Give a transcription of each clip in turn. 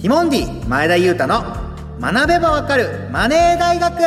ティモンディ前田裕太の学べばわかるマネー大学。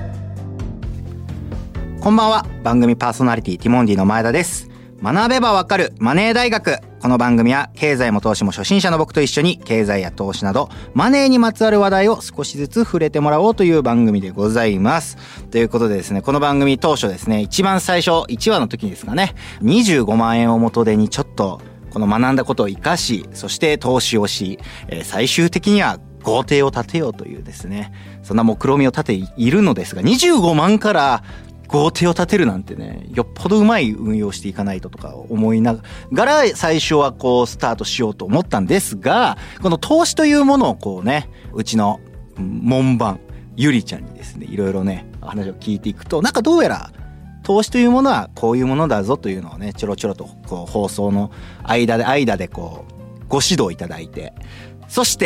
こんばんは。番組パーソナリティティモンディの前田です。学べばわかるマネー大学。この番組は経済も投資も初心者の僕と一緒に経済や投資などマネーにまつわる話題を少しずつ触れてもらおうという番組でございます。ということでですね、この番組当初ですね、一番最初1話の時にですかね、25万円を元手にちょっとこの学んだことを生かし、そして投資をし、最終的には豪邸を建てようというですね、そんな目論見を立ているのですが、25万から豪邸を建てるなんてね、よっぽどうまい運用していかないととか思いながら最初はこうスタートしようと思ったんですが、この投資というものをこうね、うちの門番ゆりちゃんにですね、いろいろね話を聞いていくと、なんかどうやら投資というものはこういうものだぞというのをね、ちょろちょろとこう放送の間でこうご指導いただいて、そして、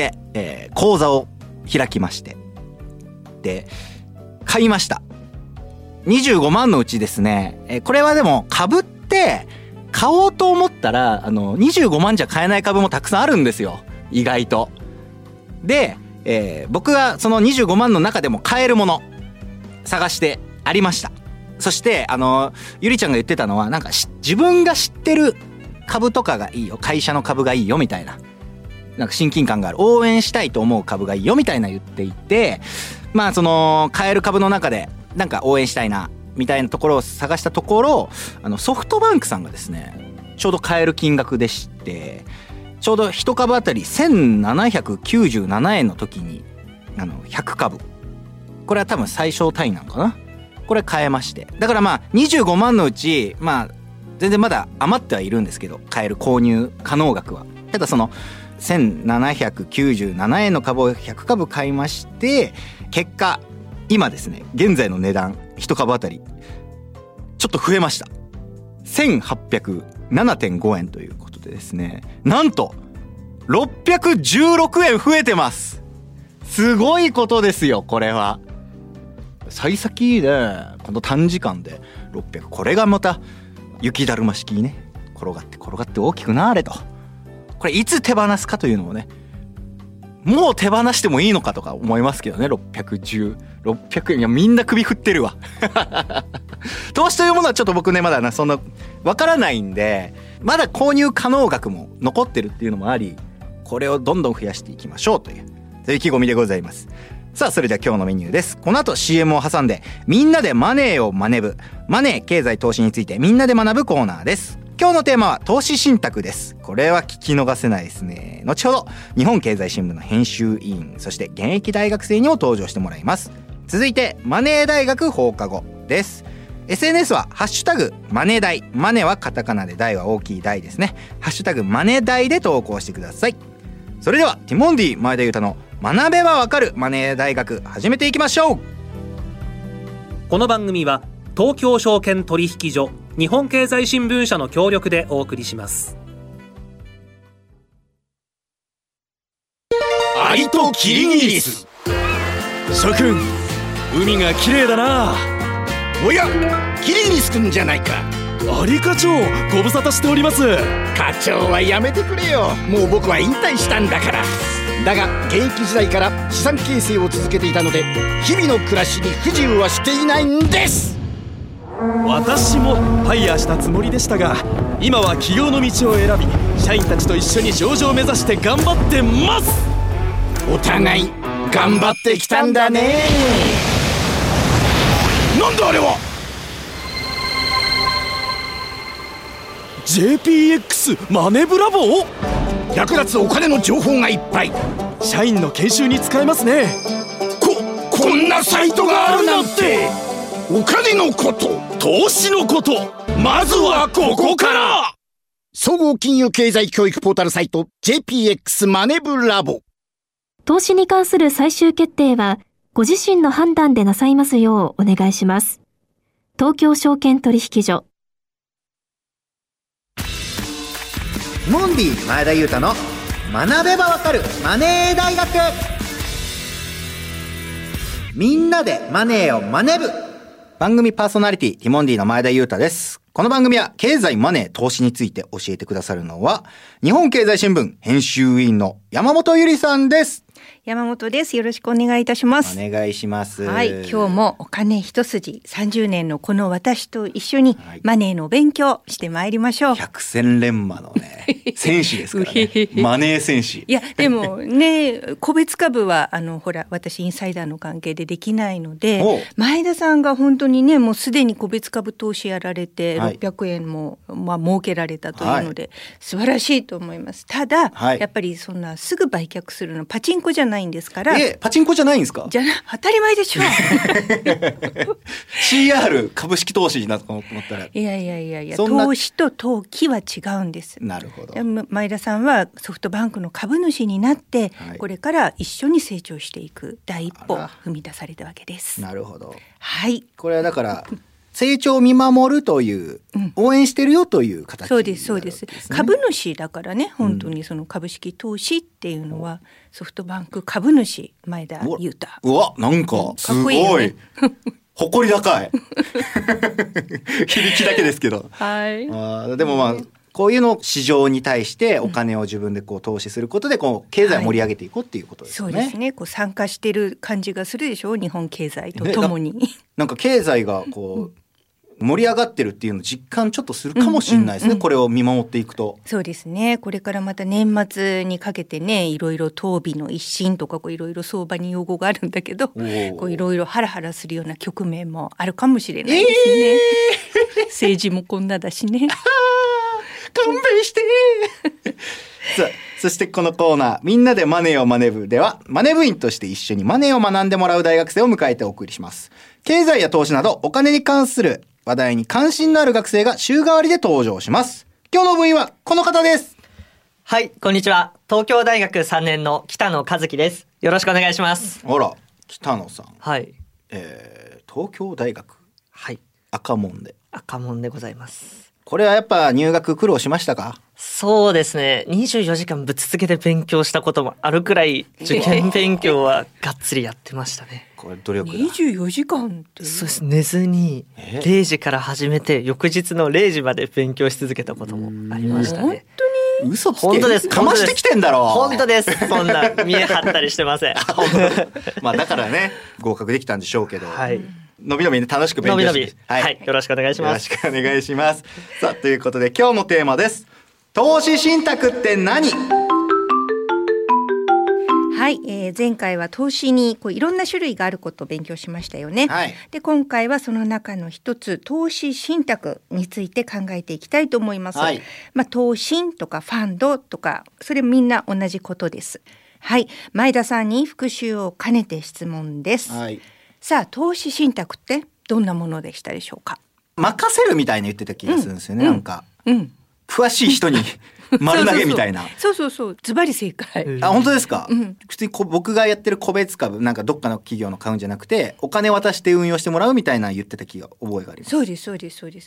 講座を開きまして、で買いました。25万のうちですね、これはでも株って買おうと思ったら25万じゃ買えない株もたくさんあるんですよ、意外と。で、僕がその25万の中でも買えるもの探してありました。そしてゆりちゃんが言ってたのは、なんか自分が知ってる株とかがいいよ、会社の株がいいよみたいな、なんか親近感がある、応援したいと思う株がいいよみたいな言っていて、まあその買える株の中でなんか応援したいなみたいなところを探したところ、ソフトバンクさんがですね、ちょうど買える金額でして、ちょうど1株あたり1797円の時に100株、これは多分最小単位なのかな、これ買えまして、だからまあ25万のうちまあ全然まだ余ってはいるんですけど、買える購入可能額は。ただその1797円の株を100株買いまして、結果今ですね、現在の値段1株あたりちょっと増えました。 1807.5 円ということでですね、なんと616円増えてます。すごいことですよ、これは。幸先でこの短時間で600、これがまた雪だるま式にね、転がって大きくなれと。これいつ手放すかというのもね、もう手放してもいいのかとか思いますけどね。600円、いやみんな首振ってるわ投資というものはちょっと僕ね、まだそんなわからないんで、まだ購入可能額も残ってるっていうのもあり、これをどんどん増やしていきましょうという、そういう意気込みでございます。さあ、それでは今日のメニューです。この後 CM を挟んで、みんなでマネーを学ぶ、マネー経済投資についてみんなで学ぶコーナーです。今日のテーマは投資信託です。これは聞き逃せないですね。後ほど日本経済新聞の編集委員、そして現役大学生にも登場してもらいます。続いてマネー大学放課後です。 SNS はハッシュタグマネ大、マネはカタカナで大は大きい大ですね。ハッシュタグマネ大で投稿してください。それではティモンディ前田裕太の学べばわかるマネー大学、始めていきましょう。 この番組は東京証券取引所、日本経済新聞社の協力でお送りします。 アリとキリギリス。諸君、海が綺麗だな。 おや、キリギリス君じゃないか。 アリ課長、ご無沙汰しております。 課長はやめてくれよ、もう僕は引退したんだから。だが現役時代から資産形成を続けていたので、日々の暮らしに不自由はしていないんです。 私もファイヤーしたつもりでしたが、今は起業の道を選び、社員たちと一緒に上場を目指して頑張ってます。 お互い頑張ってきたんだね。なんだあれは。 JPX マネブラボー。 役立つお金の情報がいっぱい。 社員の研修に使えますね。 こんなサイトがあるなんて。お金のこと、 投資のこと、まずはここから。 総合金融経済教育ポータルサイト JPX マネブラボ。 投資に関する最終決定はご自身の判断でなさいますようお願いします。東京証券取引所。 ティモンディ前田裕太の学べばわかるマネー大学。みんなでマネーを学ぶ。番組パーソナリティティモンディの前田裕太です。この番組は経済マネー投資について教えてくださるのは日本経済新聞編集委員の山本ゆりさんです。 山本です。よろしくお願いいたします。 お願いします。 はい、今日もお金一筋30年のこの私と一緒にマネーの勉強してまいりましょう。 百戦錬磨のね戦士ですからねマネー戦士。 いやでもね個別株はほら私インサイダーの関係でできないので、前田さんが本当にねもうすでに個別株投資やられて600円も儲けられたというので、素晴らしいと思います。ただ、やっぱりそんなすぐ売却するのパチンコじゃないんですから。 パチンコじゃないんですか？ じゃ当たり前でしょ CR 株式投資なと思ったら、 いや投資と投機は違うんです。 なるほど。 前田さんはソフトバンクの株主になって、これから一緒に成長していく第一歩を踏み出されたわけです。 なるほど。 はい、 これはだから成長を見守るという、応援してるよという形、 そうですそうです。株主だからね、本当にその株式投資っていうのは、ソフトバンク株主前田裕太。 うわ、なんかすごい、かっこいいよね誇り高い響きだけですけど、でもこういうの市場に対してお金を自分でこう投資することでこう経済を盛り上げていこうっていうことですね。 そうですね。こう参加してる感じがするでしょ、日本経済とともに。 なんか経済がこう盛り上がってるっていうのを実感ちょっとするかもしれないですね、これを見守っていくと。 そうですね。これからまた年末にかけてね、いろいろ当備の一新とかいろいろ相場に用語があるんだけど、いろいろハラハラするような局面もあるかもしれないですね、政治もこんなだしね勘弁してそしてこのコーナーみんなでマネーを学ぶでは、マネ部員として一緒にマネーを学んでもらう大学生を迎えてお送りします。経済や投資などお金に関する話題に関心のある学生が週替わりで登場します。今日の部員はこの方です。 はい、こんにちは。東京大学3年の北野和樹です。よろしくお願いします。 ほら、北野さん。 はい。 東京大学。 はい。 赤門で。 赤門でございます。 これはやっぱ入学苦労しましたか？ そうですね。24時間ぶっ続けて勉強したこともあるくらい、受験勉強はがっつりやってましたね。 これ努力だ。 24時間って。 そうです。寝ずに0時から始めて翌日の0時まで勉強し続けたこともありましたね。 本当に？ 嘘つけ。 本当です。 かましてきてんだろ。 本当です。そんな見え張ったりしてませんだからね合格できたんでしょうけど、 はい、 のびのび楽しく勉強して、 はい、よろしくお願いします。 よろしくお願いします。さあ、ということで今日のテーマです。投資信託って何？ はい、前回は投資にいろんな種類があることを勉強しましたよね、で今回はその中の一つ投資信託について考えていきたいと思います、投信とかファンドとかそれみんな同じことです。はい、前田さんに復習を兼ねて質問です、さあ投資信託ってどんなものでしたでしょうか？ 任せるみたいに言ってた気がするんですよね、なんか、詳しい人に丸投げみたいな。 そうズバリ正解。 あ、本当ですか？普通に僕がやってる個別株なんかどっかの企業の買うんじゃなくてお金渡して運用してもらうみたいな言ってた覚えがあります。 そうです。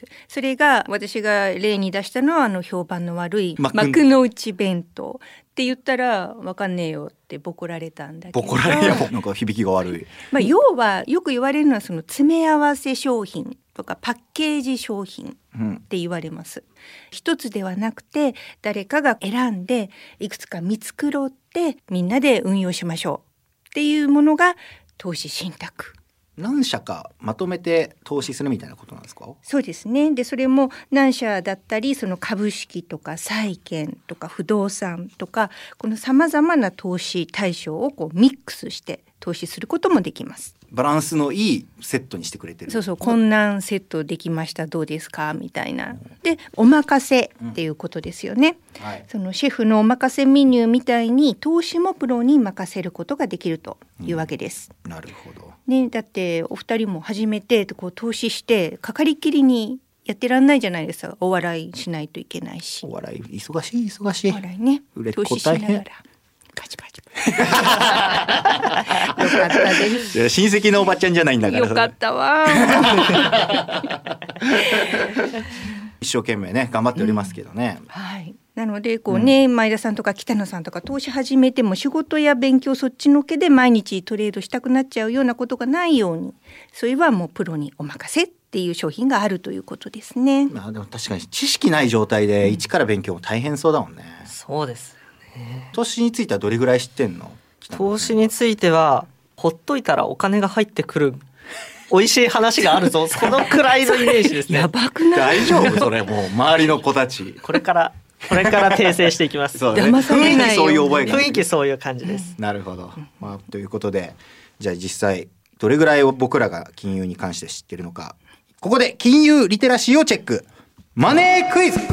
それが私が例に出したのは評判の悪い幕の内弁当って言ったら分かんねえよってボコられたんだけど。 ボコられやなんか響きが悪い。 要はよく言われるのはその詰め合わせ商品とかパッケージ商品って言われます、一つではなくて誰かが選んでいくつか見繕ってみんなで運用しましょうっていうものが投資信託。 何社かまとめて投資するみたいなことなんですか？ そうですね。でそれも何社だったりその株式とか債券とか不動産とかこのさまざまな投資対象をミックスして投資することもできます。 バランスのいいセットにしてくれてる。 そう困難セットできましたどうですかみたいな。でお任せっていうことですよね、そのシェフのお任せメニューみたいに投資もプロに任せることができるというわけです、 なるほど、 ね、だってお二人も初めて投資してかかりきりにやってらんないじゃないですか。お笑いしないといけないし。 お笑い忙しい。お笑いね、投資しながらパチパチよかったです。 親戚のおばちゃんじゃないんだからよかったわ一生懸命ね頑張っておりますけどね、 なので前田さんとか北野さんとか投資始めても仕事や勉強そっちのけで毎日トレードしたくなっちゃうようなことがないように、それはもうプロにお任せっていう商品があるということですね。 でも確かに知識ない状態で一から勉強も大変そうだもんね、 そうですよね。 投資についてはどれぐらい知ってんの？ 投資についてはほっといたらお金が入ってくる美味しい話があるぞそのくらいのイメージですね。 やばくない？ 大丈夫それもう周りの子たちこれから訂正していきます。 そうね、 騙されないよ雰囲気そういう覚えが雰囲気そういう感じです、 なるほど、ということでじゃあ実際どれぐらいを僕らが金融に関して知ってるのか、ここで金融リテラシーをチェック、マネークイズ。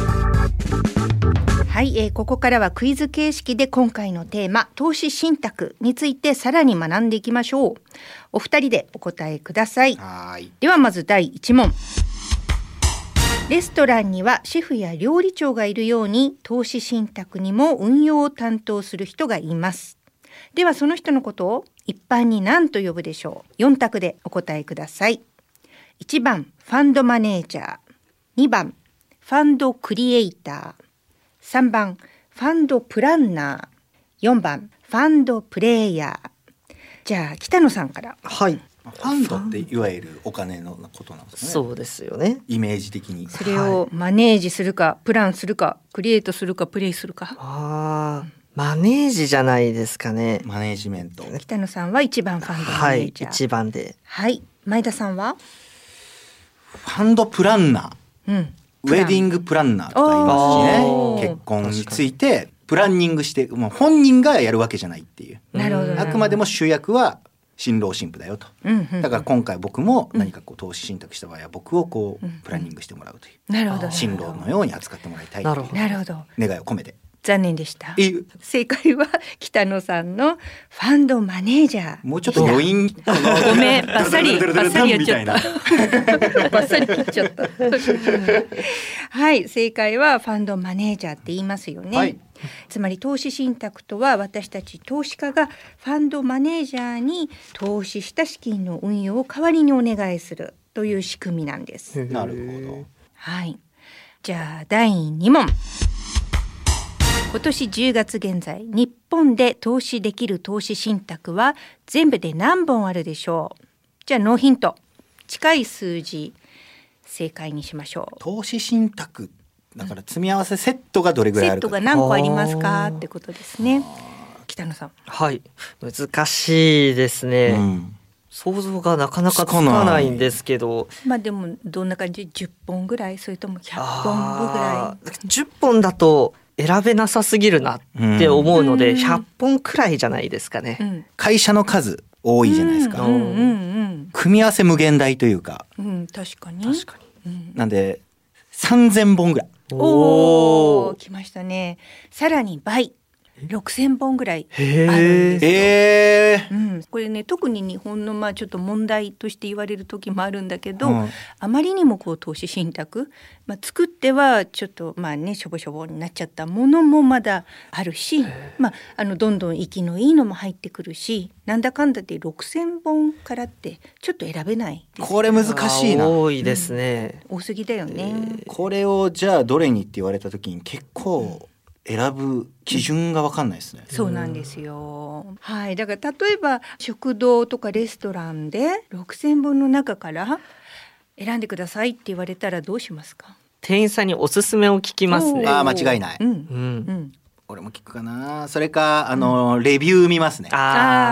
はい、ここからはクイズ形式で今回のテーマ投資信託についてさらに学んでいきましょう。お二人でお答えください。ではまず第1問。レストランにはシェフや料理長がいるように投資信託にも運用を担当する人がいます。ではその人のことを一般に何と呼ぶでしょう。4択でお答えください。1番ファンドマネージャー、2番ファンドクリエイター、3番ファンドプランナー、4番ファンドプレイヤー。じゃあ北野さんから。 はい。 ファンドっていわゆるお金のことなんですね。 そうですよね。 イメージ的にそれをマネージするか、プランするか、クリエイトするか、プレイするか。 マネージじゃないですかね。 マネージメント。 北野さんは1番ファンドマネージャー。 はい、1番で。 はい、前田さんはファンドプランナー、ウェディングプランナーとか言いますしね。結婚についてプランニングして、もう本人がやるわけじゃないっていう。 なるほど。 あくまでも主役は新郎新婦だよと、だから今回僕も何かこう投資信託した場合は僕をこうプランニングしてもらうという、 なるほど、 新郎のように扱ってもらいたいという願いを込めて。 残念でした。正解は北野さんのファンドマネージャー。 もうちょっと余韻ごめん、バッサリやっちゃったバッサリ切っちゃったはい、正解はファンドマネージャーって言いますよね、はい、つまり投資信託とは私たち投資家がファンドマネージャーに投資した資金の運用を代わりにお願いするという仕組みなんです。 なるほど。 はい、じゃあ第2問。今年10月現在、日本で投資できる投資信託は全部で何本あるでしょう。じゃあノーヒント、近い数字正解にしましょう。 投資信託だから積み合わせセットがどれぐらいあるか、 セットが何個ありますかってことですね。北野さん。 はい、難しいですね、想像がなかなかつかないんですけど、 まあでもどんな感じ、10本ぐらい、それとも100本ぐらい。 10本だと選べなさすぎるなって思うので、100本くらいじゃないですかね、 会社の数多いじゃないですか、組み合わせ無限大というか、 確かに、 なんで3000本ぐらい。 おー、来ましたね。さらに倍、6000本ぐらいあるんですよ。これね、特に日本のちょっと問題として言われる時もあるんだけど、あまりにもこう投資信託、作ってはちょっとしょぼしょぼになっちゃったものもまだあるし、どんどん生きのいいのも入ってくるし、なんだかんだで6000本からってちょっと選べないです。 これ難しいな。 多いですね、 多すぎだよね。 これをじゃあどれにって言われた時に結構選ぶ基準が分かんないですね。 そうなんですよ。はい、だから例えば食堂とかレストランで6000本の中から選んでくださいって言われたらどうしますか。 店員さんにおすすめを聞きますね。 間違いない、俺も聞くかな。それかレビュー見ますね。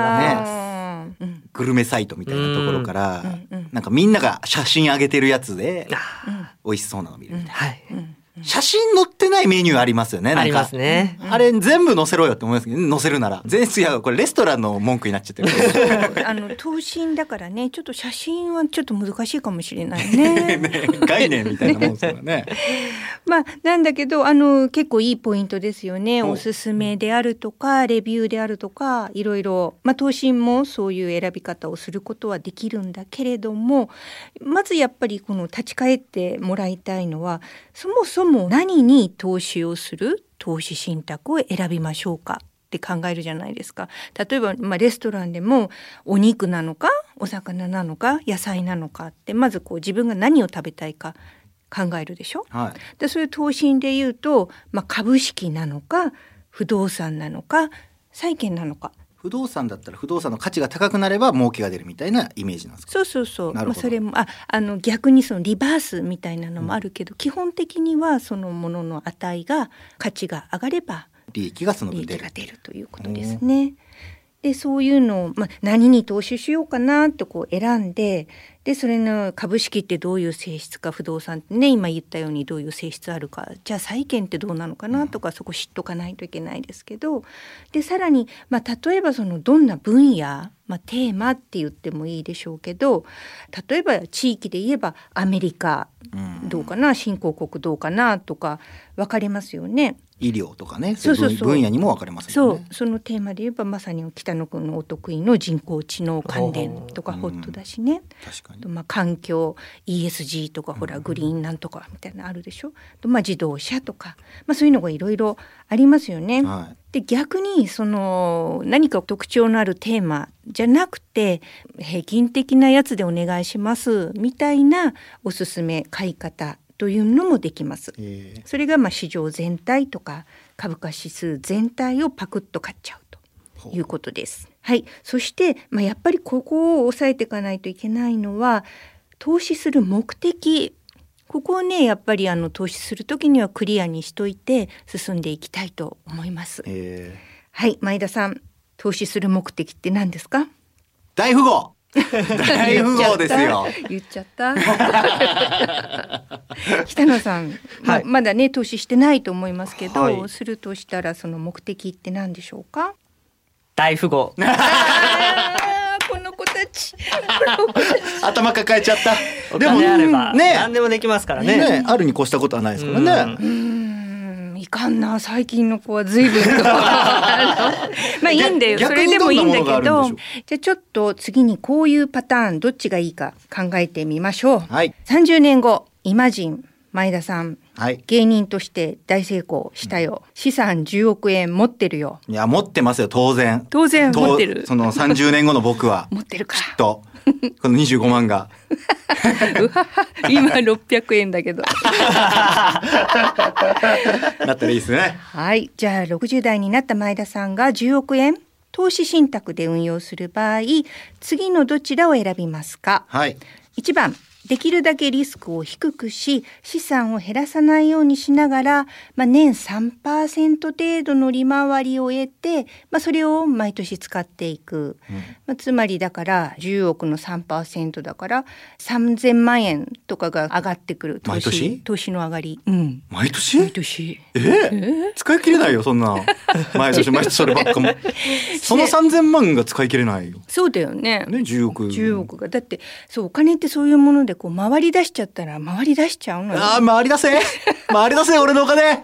グルメサイトみたいなところから、なんかみんなが写真上げてるやつで美味しそうなの見るみたいな、写真載ってないメニューありますよね。なんかありますね、 あれ全部載せろよって思いますけど、載せるなら全然、いやこれレストランの文句になっちゃってる投信だからね、ちょっと写真はちょっと難しいかもしれないね概念みたいなもんですからねなんだけど結構いいポイントですよね。おすすめであるとかレビューであるとか、いろいろ投信もそういう選び方をすることはできるんだけれども、まずやっぱりこの立ち返ってもらいたいのは、そもそも何に投資をする投資信託を選びましょうかって考えるじゃないですか。例えば、レストランでもお肉なのかお魚なのか野菜なのかって、まずこう自分が何を食べたいか考えるでしょ、でそういう投資で言うと、株式なのか不動産なのか債券なのか。 不動産だったら不動産の価値が高くなれば儲けが出るみたいなイメージなんですか。 そう、それも逆にそのリバースみたいなのもあるけど、基本的にはそのものの値が価値が上がれば利益がその分利出る益が出るということですね。でそういうのを、何に投資しようかなとこう選んで、でそれの株式ってどういう性質か、不動産ってね今言ったようにどういう性質あるか、じゃあ債券ってどうなのかなとか、そこ知っとかないといけないですけど、でさらに、例えばそのどんな分野、テーマって言ってもいいでしょうけど、例えば地域で言えばアメリカどうかな、新興国どうかなとか分かりますよね。 医療とかね、 そう分野にも分かれますよね。 そのテーマで言えばまさに北野君のお得意の人工知能関連とかホットだしね。 確かに。 環境 ESG とかほらグリーンなんとかみたいなのあるでしょ。自動車とか、そういうのがいろいろありますよね。で逆にその何か特徴のあるテーマじゃなくて平均的なやつでお願いしますみたいなおすすめ買い方というのもできます。それが市場全体とか株価指数全体をパクッと買っちゃうということです。はい、そして、やっぱりここを押さえていかないといけないのは投資する目的。ここをねやっぱり投資するときにはクリアにしといて進んでいきたいと思います。はい、前田さん、投資する目的って何ですか？ 大富豪大富豪ですよ。 言っちゃった北野さん、まだね投資してないと思いますけど、するとしたらその目的って何でしょうか？ 大富豪この子たち頭抱えちゃった。 お金あれば何でもできますからね。 あるに越したことはないですからね。 いかんな、最近の子は随分といいんだよ、それでもいいんだけど、じゃあちょっと次にこういうパターンどっちがいいか考えてみましょう。30年後イマジン前田さん、芸人として大成功したよ、資産10億円持ってるよ。 いや持ってますよ、当然持ってる。 その30年後の僕は持ってるかきっとこの25万が今600円だけどなったらいいですね。 はい、じゃあ60代になった前田さんが10億円投資信託で運用する場合、次のどちらを選びますか？1番、できるだけリスクを低くし資産を減らさないようにしながら、年 3% 程度の利回りを得て、それを毎年使っていく、つまりだから10億の 3% だから3000万円とかが上がってくる。 毎年投資の上がり、 毎年使い切れないよそんな毎年そればっかもその3000万が使い切れないよ。 そうだよね。 10億がだってそう、お金ってそういうものでこう回り出しちゃったら回り出しちゃうのよ。 回り出せ俺のお金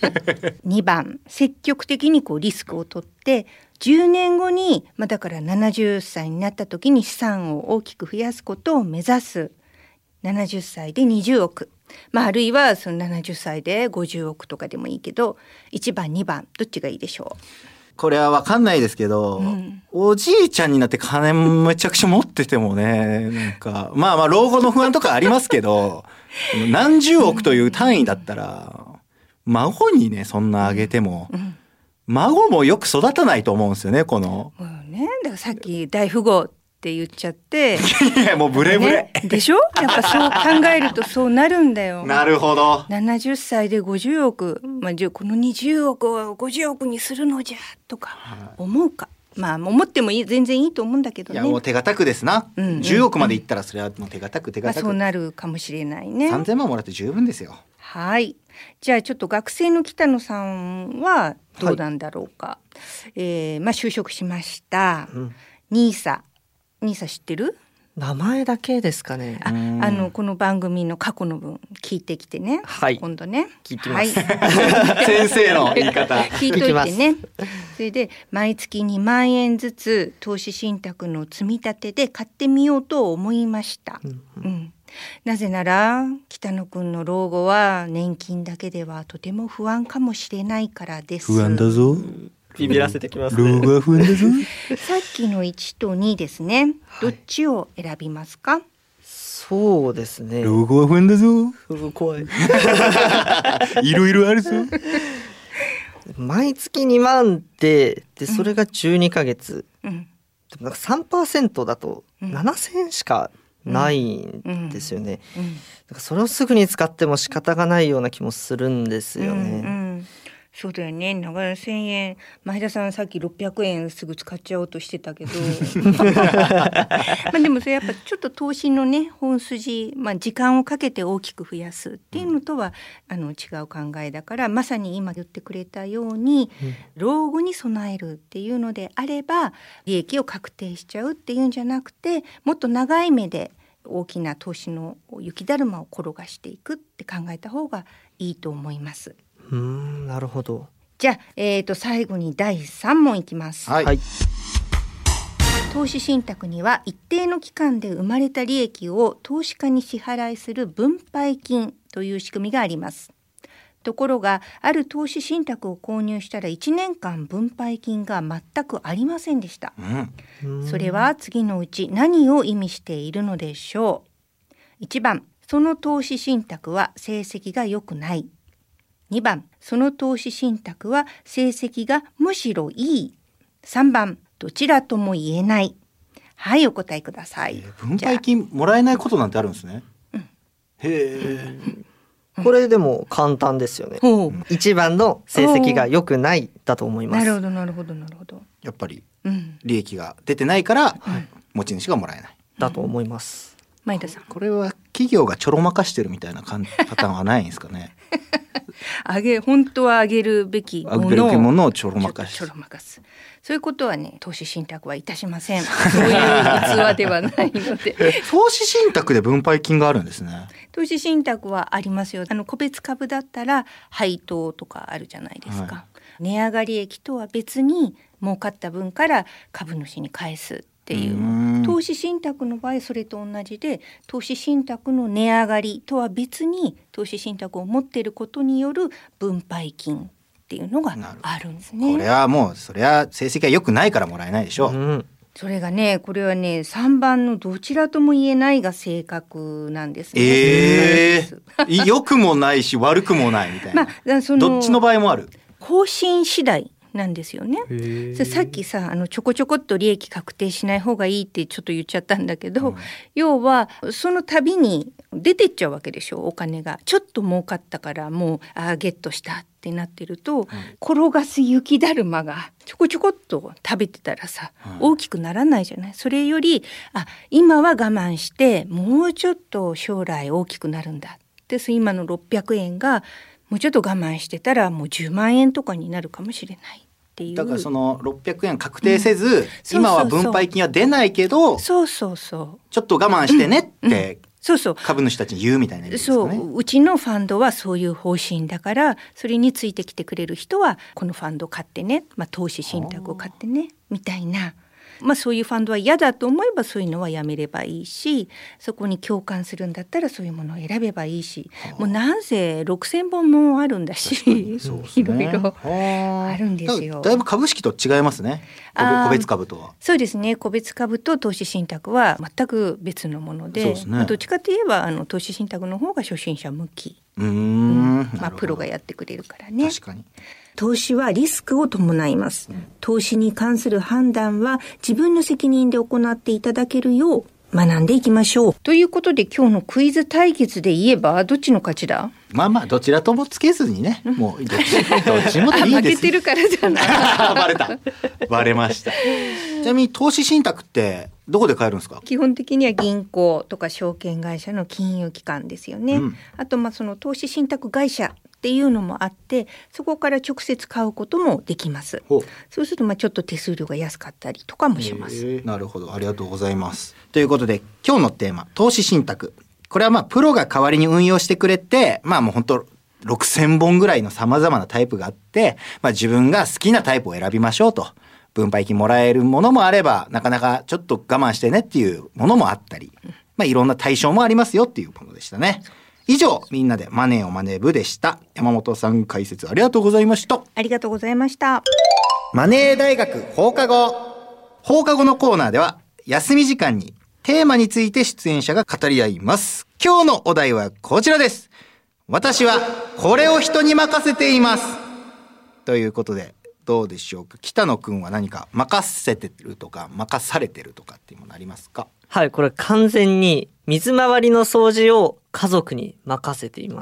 2番、積極的にこうリスクを取って10年後に、だから70歳になった時に資産を大きく増やすことを目指す。70歳で20億、あるいはその70歳で50億とかでもいいけど、1番2番どっちがいいでしょう？ これは分かんないですけど、おじいちゃんになって金めちゃくちゃ持っててもね、なんか老後の不安とかありますけど何十億という単位だったら孫にねそんなあげても、孫もよく育たないと思うんですよね、この。 だからさっき大富豪って言っちゃっていやもうブレブレ、 でしょ。やっぱそう考えるとそうなるんだよ。 なるほど。 70歳で50億、この20億を50億にするのじゃとか思うか、思っても全然いいと思うんだけどね。 いやもう手堅くですな、10億までいったらそれはもう手堅くそうなるかもしれないね。 3000万もらって十分ですよ。 はい、じゃあちょっと学生の北野さんはどうなんだろうか。就職しました、NISA 知ってる？ 名前だけですかね。 この番組の過去の分聞いてきてね、今度ね聞きます、 先生の言い方聞いといてね。それで毎月2万円ずつ投資信託の積み立てで買ってみようと思いました、なぜなら北野くんの老後は年金だけではとても不安かもしれないからです。 不安だぞ、 ビビらせてきますね。 老後は不安だぞさっきの1と2ですね、どっちを選びますか？ そうですね、 老後は不安だぞ怖いいろいろあるぞ毎月2万でそれが12ヶ月、でもなんか 3% だと7000円しかないんですよね、だからそれをすぐに使っても仕方がないような気もするんですよね、 そうだよね。だから1000円、前田さんさっき600円すぐ使っちゃおうとしてたけどまあでもそれやっぱちょっと投資のね本筋、時間をかけて大きく増やすっていうのとは違う考えだから、まさに今言ってくれたように、老後に備えるっていうのであれば利益を確定しちゃうっていうんじゃなくて、もっと長い目で大きな投資の雪だるまを転がしていくって考えた方がいいと思います。 なるほど。 じゃあ、最後に第3問いきます。 はい。 投資信託には一定の期間で生まれた利益を投資家に支払いする分配金という仕組みがあります。ところがある投資信託を購入したら1年間分配金が全くありませんでした。それは次のうち何を意味しているのでしょう。1番、その投資信託は成績が良くない。2番、その投資信託は成績がむしろいい。3番、どちらとも言えない。はい、お答えください。 分配金もらえないことなんてあるんですね。へえ。 これでも簡単ですよね。1番の成績が良くないだと思います。 なるほどなるほどなるほど。 やっぱり利益が出てないから、持ち主がもらえない。 だと思います。 前田さん、 これは企業がちょろまかしてるみたいなパターンはないんですかね。 本当は上げるべきものをちょろまかす。 そういうことはね、投資信託はいたしません。そういう器ではないので。 投資信託で分配金があるんですね。 投資信託はありますよ。個別株だったら配当とかあるじゃないですか。値上がり益とは別に儲かった分から株主に返すっていう。投資信託の場合それと同じで、投資信託の値上がりとは別に投資信託を持っていることによる分配金っていうのがあるんですね。 これはもうそれは成績が良くないからもらえないでしょう。 それがね、これはね、3番のどちらとも言えないが正確なんですね。 良くもないし悪くもないみたいな。どっちの場合もある。 方針次第なんですよね。さっきさちょこちょこっと利益確定しない方がいいってちょっと言っちゃったんだけど、要はその度に出てっちゃうわけでしょ。お金がちょっと儲かったからもうゲットしたってなってると、転がす雪だるまがちょこちょこっと食べてたらさ、大きくならないじゃない。それより今は我慢してもうちょっと将来大きくなるんだって、今の600円がもうちょっと我慢してたらもう10万円とかになるかもしれないっていう。 だからその600円確定せず、今は分配金は出ないけど、ちょっと我慢してねって株主たちに言うみたいな意味ですかね。 うちのファンドはそういう方針だから、それについてきてくれる人はこのファンドを買ってね、投資信託を買ってねみたいな。そういうファンドは嫌だと思えばそういうのはやめればいいし、そこに共感するんだったらそういうものを選べばいいし、もうなんせ6000本もあるんだし、いろいろあるんですよ。 だいぶ株式と違いますね。個別株とは。 そうですね。個別株と投資信託は全く別のもので、どっちかといえば投資信託の方が初心者向き。プロがやってくれるからね。 確かに。 投資はリスクを伴います。投資に関する判断は自分の責任で行っていただけるよう学んでいきましょう。ということで今日のクイズ対決で言えばどっちの勝ちだ？ どちらともつけずにね、もうどっちもいいです。 負けてるからじゃないバレました。ちなみに投資信託ってどこで買えるんですか？ 基本的には銀行とか証券会社の金融機関ですよね。あとその投資信託会社っていうのもあって、そこから直接買うこともできます。そうするとちょっと手数料が安かったりとかもします。 なるほど、ありがとうございます。ということで今日のテーマ、投資信託。これはプロが代わりに運用してくれて、もう本当6000本ぐらいの様々なタイプがあって、自分が好きなタイプを選びましょうと。分配金もらえるものもあれば、なかなかちょっと我慢してねっていうものもあったり、いろんな対象もありますよっていうものでしたね。以上、みんなでマネーをマネ部でした。山本さん解説ありがとうございました。 ありがとうございました。 マネー大学放課後。放課後のコーナーでは、休み時間にテーマについて出演者が語り合います。今日のお題はこちらです。私はこれを人に任せています。ということで、どうでしょうか。北野くんは何か任せてるとか任されてるとかっていうものありますか？ はい、これ完全に水回りの掃除を家族に任せています。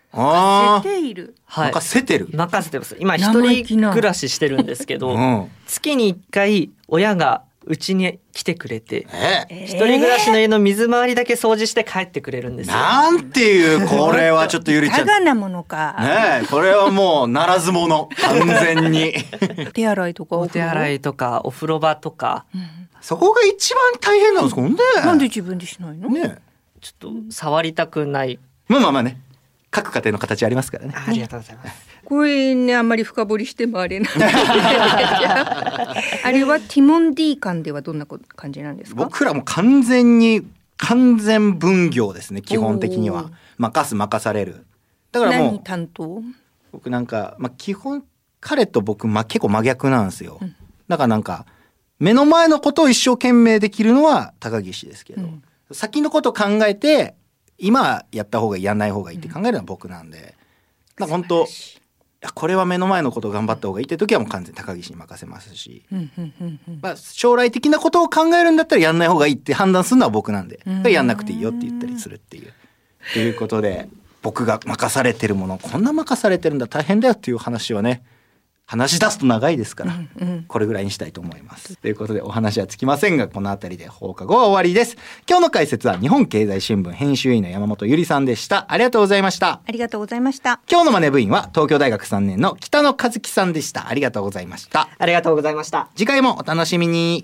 任せている、 はい、 任せてる、 任せてます。今一人暮らししてるんですけど、月に1回親がうちに来てくれて、一人暮らしの家の水回りだけ掃除して帰ってくれるんですよ。 なんていう、これはちょっとゆりちゃん、 いかがなものか、 ね、これはもうならず者、完全に手洗いとかお手洗いとかお風呂場とか、 そこが一番大変なんですかね。 なんで自分でしないの？ ね、 ちょっと触りたくない。 まあね、各家庭の形ありますからね。 ありがとうございます。 これね、あんまり深掘りしてもあれなんであれはティモンディ間ではどんな感じなんですか？ 僕らも完全分業ですね。基本的には任される。だからもう何担当？ 僕なんか、基本彼と僕、結構真逆なんですよ。だからなんか目の前のことを一生懸命できるのは高岸ですけど、先のことを考えて今やった方がいい、やんない方がいいって考えるのは僕なんで、なんか本当これは目の前のことを頑張った方がいいって時はもう完全に高岸に任せますし、将来的なことを考えるんだったらやんない方がいいって判断するのは僕なんで、やんなくていいよって言ったりするっていう。ということで、僕が任されてるもの、こんな任されてるんだ大変だよっていう話はね、話し出すと長いですから、これぐらいにしたいと思います。ということでお話はつきませんが、このあたりで放課後は終わりです。今日の解説は日本経済新聞編集員の山本ゆりさんでした。ありがとうございました。 ありがとうございました。 今日のマネ部員は東京大学3年の北野和樹さんでした。ありがとうございました。 ありがとうございました。 次回もお楽しみに。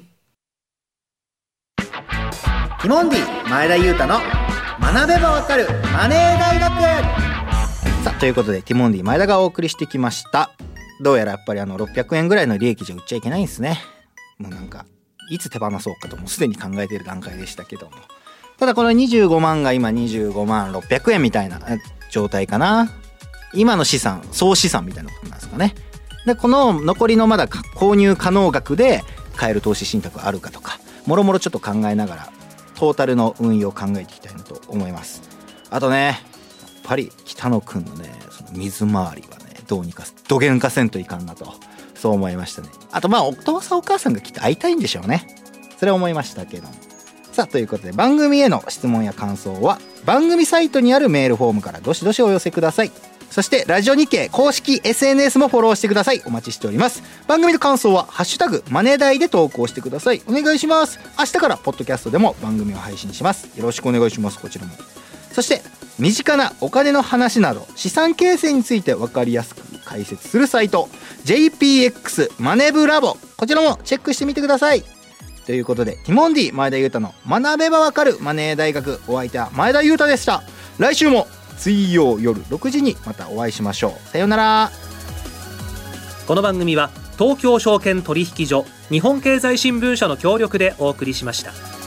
ティモンディ前田裕太の学べばわかるマネー大学。さあ、ということでティモンディ前田がお送りしてきました。どうやらやっぱり600円ぐらいの利益じゃ売っちゃいけないんですね。もうなんかいつ手放そうかともうすでに考えている段階でしたけども、ただこの25万が今25万600円みたいな状態かな。今の資産、総資産みたいなことなんですかね。でこの残りのまだ購入可能額で買える投資信託あるかとか、もろもろちょっと考えながらトータルの運用を考えていきたいなと思います。あとね、やっぱり北野くんのね、その水回りはね、どうにかどげんかせんといかんなと、そう思いましたね。あとお父さんお母さんがきっと会いたいんでしょうね。それは思いましたけども。さあ、ということで番組への質問や感想は番組サイトにあるメールフォームからどしどしお寄せください。そしてラジオ日経公式 SNS もフォローしてください。お待ちしております。番組の感想はハッシュタグマネダイで投稿してください。お願いします。明日からポッドキャストでも番組を配信します。よろしくお願いします。こちらも。そして身近なお金の話など資産形成について分かりやすく解説するサイト JPX マネブラボ、こちらもチェックしてみてください。ということでティモンディ前田裕太の学べばわかるマネー大学、お相手は前田裕太でした。来週も水曜夜6時にまたお会いしましょう。さようなら。 この番組は東京証券取引所、日本経済新聞社の協力でお送りしました。